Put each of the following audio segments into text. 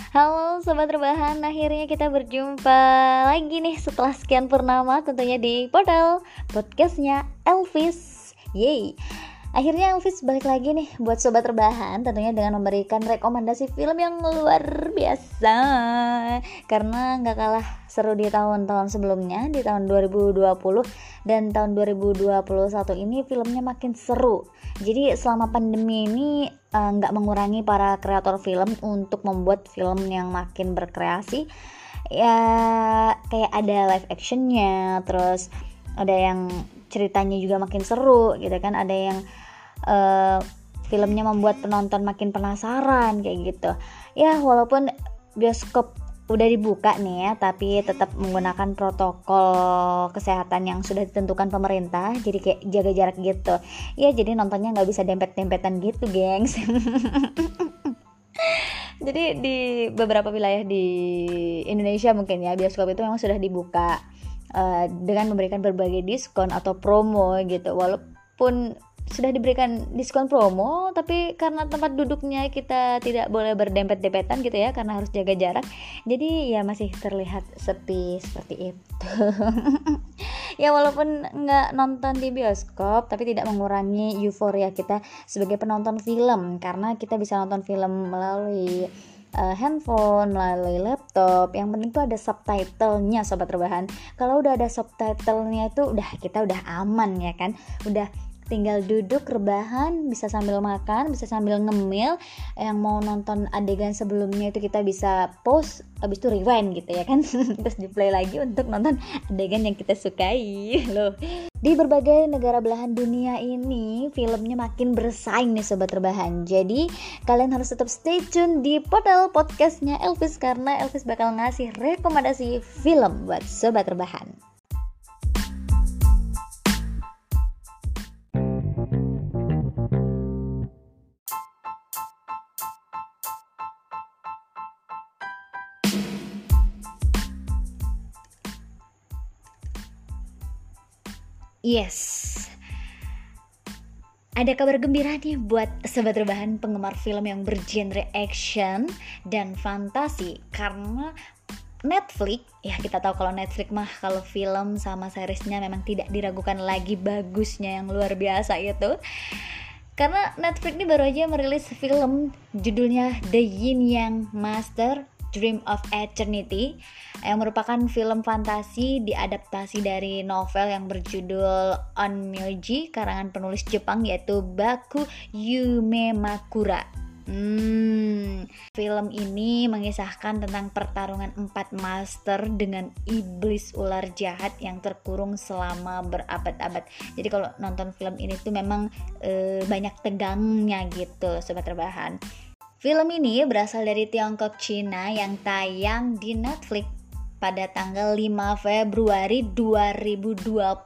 Halo Sobat Rebahan, akhirnya kita berjumpa lagi nih setelah sekian purnama tentunya di portal podcastnya Elvis. Yeay, akhirnya Elvis balik lagi nih buat Sobat Rebahan, tentunya dengan memberikan rekomendasi film yang luar biasa. Karena gak kalah seru di tahun-tahun sebelumnya, di tahun 2020 dan tahun 2021 ini filmnya makin seru. Jadi selama pandemi ini nggak mengurangi para kreator film untuk membuat film yang makin berkreasi. Ya kayak ada live actionnya, terus ada yang ceritanya juga makin seru gitu kan, ada yang filmnya membuat penonton makin penasaran kayak gitu. Ya walaupun bioskop udah dibuka nih ya, tapi tetap menggunakan protokol kesehatan yang sudah ditentukan pemerintah, jadi kayak jaga jarak gitu ya, jadi nontonnya nggak bisa dempet-dempetan gitu gengs. Jadi di beberapa wilayah di Indonesia mungkin ya, bioskop itu memang sudah dibuka dengan memberikan berbagai diskon atau promo gitu. Walaupun sudah diberikan diskon promo, tapi karena tempat duduknya kita tidak boleh berdempet-dempetan gitu ya, karena harus jaga jarak, jadi ya masih terlihat sepi seperti itu. Ya walaupun nggak nonton di bioskop, tapi tidak mengurangi euforia kita sebagai penonton film, karena kita bisa nonton film melalui handphone, melalui laptop. Yang penting tuh ada subtitlenya Sobat Rebahan. Kalau udah ada subtitlenya itu kita udah aman ya kan, udah tinggal duduk rebahan, bisa sambil makan, bisa sambil ngemil. Yang mau nonton adegan sebelumnya itu kita bisa pause, habis itu rewind gitu ya kan. Terus di play lagi untuk nonton adegan yang kita sukai loh. Di berbagai negara belahan dunia ini filmnya makin bersaing nih Sobat Rebahan. Jadi kalian harus tetap stay tune di portal podcastnya Elvis, karena Elvis bakal ngasih rekomendasi film buat Sobat Rebahan. Yes, ada kabar gembira nih buat Sobat Rebahan penggemar film yang bergenre action dan fantasi, karena Netflix, ya kita tahu kalau Netflix mah kalau film sama seriesnya memang tidak diragukan lagi bagusnya yang luar biasa itu. Karena Netflix ini baru aja merilis film judulnya The Yin Yang Master Dream of Eternity, yang merupakan film fantasi diadaptasi dari novel yang berjudul Onmyoji karangan penulis Jepang yaitu Baku Yume Makura. Film ini mengisahkan tentang pertarungan 4 master dengan iblis ular jahat yang terkurung selama berabad-abad. Jadi kalau nonton film ini tuh memang banyak tegangnya gitu Sobat Rebahan. Film ini berasal dari Tiongkok Cina yang tayang di Netflix pada tanggal 5 Februari 2021.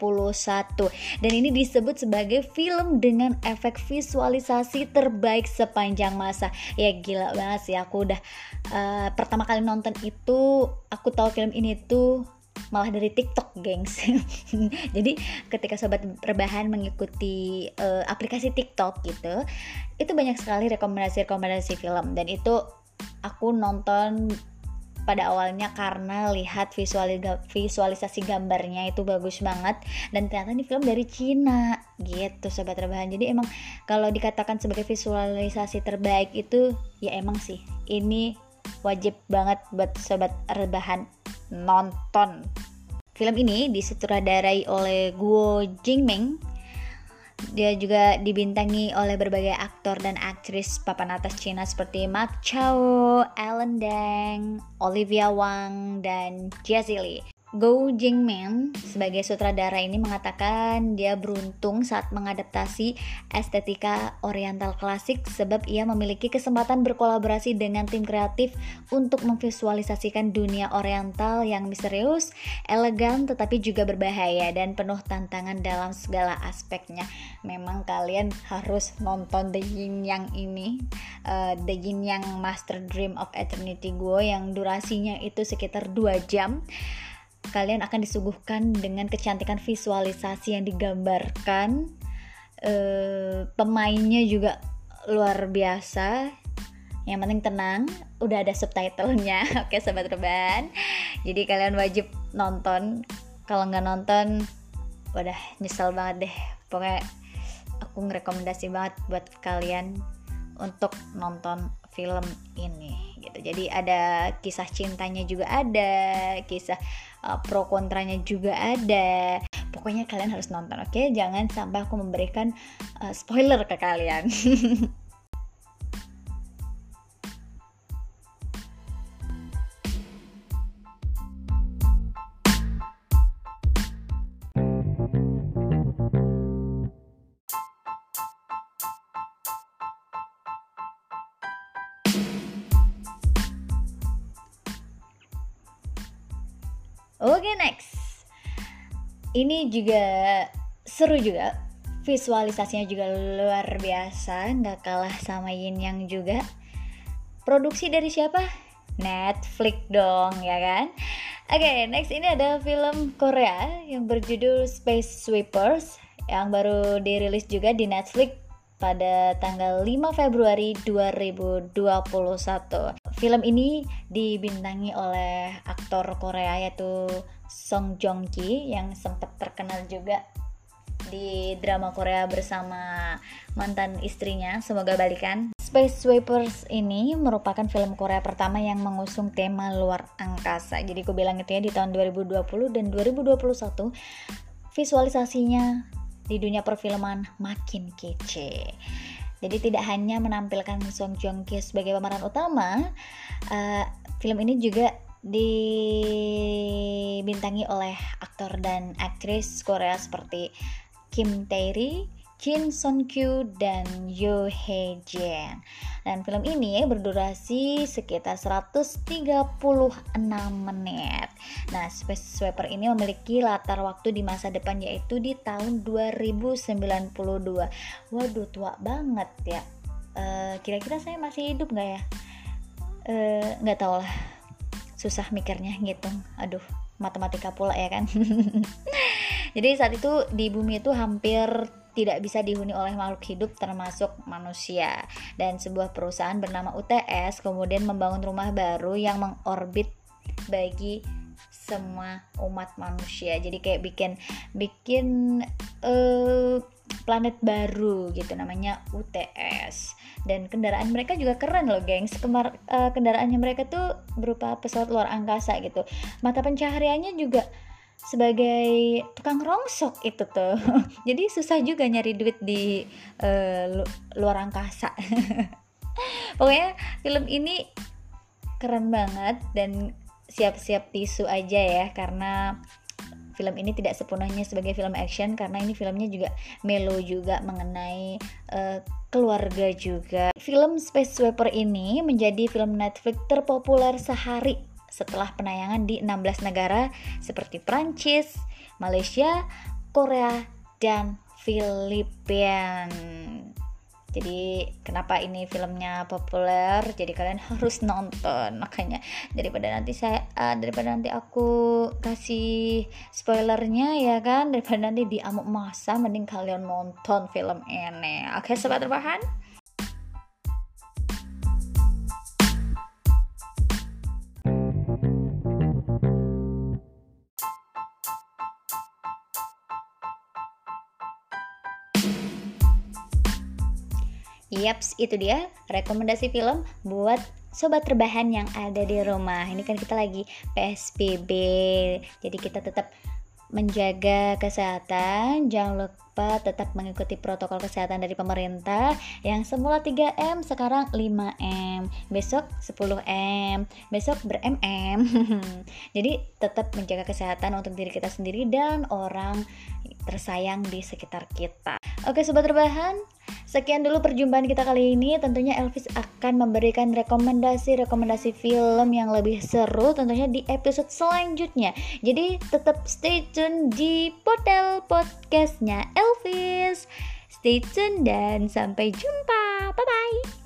Dan ini disebut sebagai film dengan efek visualisasi terbaik sepanjang masa. Ya gila banget sih, aku udah pertama kali nonton itu, aku tahu film ini tuh malah dari TikTok gengs. Jadi ketika Sobat Rebahan mengikuti aplikasi TikTok gitu, itu banyak sekali rekomendasi film, dan itu aku nonton pada awalnya karena lihat visualisasi gambarnya itu bagus banget, dan ternyata ini film dari Cina gitu Sobat Rebahan. Jadi emang kalau dikatakan sebagai visualisasi terbaik itu ya emang sih ini wajib banget buat Sobat Rebahan nonton. Film ini disutradarai oleh Guo Jingming. Dia juga dibintangi oleh berbagai aktor dan aktris papan atas Cina seperti Mark Chow, Alan Deng, Olivia Wang, dan Jessie Lee. Guo Jingming sebagai sutradara ini mengatakan dia beruntung saat mengadaptasi estetika oriental klasik, sebab ia memiliki kesempatan berkolaborasi dengan tim kreatif untuk memvisualisasikan dunia oriental yang misterius, elegan, tetapi juga berbahaya dan penuh tantangan dalam segala aspeknya. Memang kalian harus nonton The Yin Yang ini, The Yin Yang Master Dream of Eternity Guo, yang durasinya itu sekitar 2 jam. Kalian akan disuguhkan dengan kecantikan visualisasi yang digambarkan, pemainnya juga luar biasa, Yang penting tenang, udah ada subtitlenya. Oke sobat rebahan, jadi kalian wajib nonton. Kalau nggak nonton, udah nyesel banget deh. Pokoknya aku ngerekomendasi banget buat kalian untuk nonton film ini gitu. Jadi ada kisah cintanya juga ada, kisah pro kontranya juga ada. Pokoknya kalian harus nonton, oke? Jangan sampai aku memberikan spoiler ke kalian. Oke, next. Ini juga seru juga. Visualisasinya juga luar biasa, nggak kalah sama Yin Yang juga. Produksi dari siapa? Netflix dong, ya kan? Oke, next ini ada film Korea yang berjudul Space Sweepers yang baru dirilis juga di Netflix pada tanggal 5 Februari 2021. Film ini dibintangi oleh aktor Korea yaitu Song Joong Ki yang sempat terkenal juga di drama Korea bersama mantan istrinya, semoga balikan. Space Sweepers ini merupakan film Korea pertama yang mengusung tema luar angkasa. Jadi aku bilang itu ya, di tahun 2020 dan 2021 visualisasinya di dunia perfilman makin kece. Jadi tidak hanya menampilkan Song Joong Ki sebagai pemeran utama, film ini juga dibintangi oleh aktor dan aktris Korea seperti Kim Tae-ri, Jin Son Kyu, dan Yoo Hae Jin. Dan film ini berdurasi sekitar 136 menit. Nah, Space Sweeper ini memiliki latar waktu di masa depan yaitu di tahun 2092. Waduh, tua banget ya. Kira-kira saya masih hidup nggak ya? Nggak tahu lah. Susah mikirnya ngitung. Aduh, matematika pula ya kan. Jadi saat itu di bumi itu hampir tidak bisa dihuni oleh makhluk hidup termasuk manusia, dan sebuah perusahaan bernama UTS kemudian membangun rumah baru yang mengorbit bagi semua umat manusia. Jadi kayak bikin planet baru gitu, namanya UTS. Dan kendaraan mereka juga keren loh gengs. Kendaraannya mereka tuh berupa pesawat luar angkasa gitu. Mata pencahariannya juga sebagai tukang rongsok itu tuh. Jadi susah juga nyari duit di luar angkasa. Pokoknya film ini keren banget dan siap-siap tisu aja ya, karena film ini tidak sepenuhnya sebagai film action, karena ini filmnya juga melo juga, mengenai keluarga juga. Film Space Sweeper ini menjadi film Netflix terpopuler sehari setelah penayangan di 16 negara seperti Prancis, Malaysia, Korea, dan Filipina. Jadi kenapa ini filmnya populer? Jadi kalian harus nonton. Makanya daripada nanti aku kasih spoilernya ya kan, daripada nanti diamuk masa, mending kalian nonton film ini. Oke sobat rebahan. Yaps, itu dia rekomendasi film buat sobat rebahan yang ada di rumah. Ini kan kita lagi PSBB, jadi kita tetap menjaga kesehatan. Jangan lupa tetap mengikuti protokol kesehatan dari pemerintah. Yang semula 3M sekarang 5M, besok 10M, besok ber-MM. Jadi tetap menjaga kesehatan untuk diri kita sendiri dan orang tersayang di sekitar kita. Oke sobat rebahan, sekian dulu perjumpaan kita kali ini. Tentunya Elvis akan memberikan rekomendasi film yang lebih seru tentunya di episode selanjutnya. Jadi tetap stay tune di Podel Podcastnya Elvis. Stay tune dan sampai jumpa. Bye bye.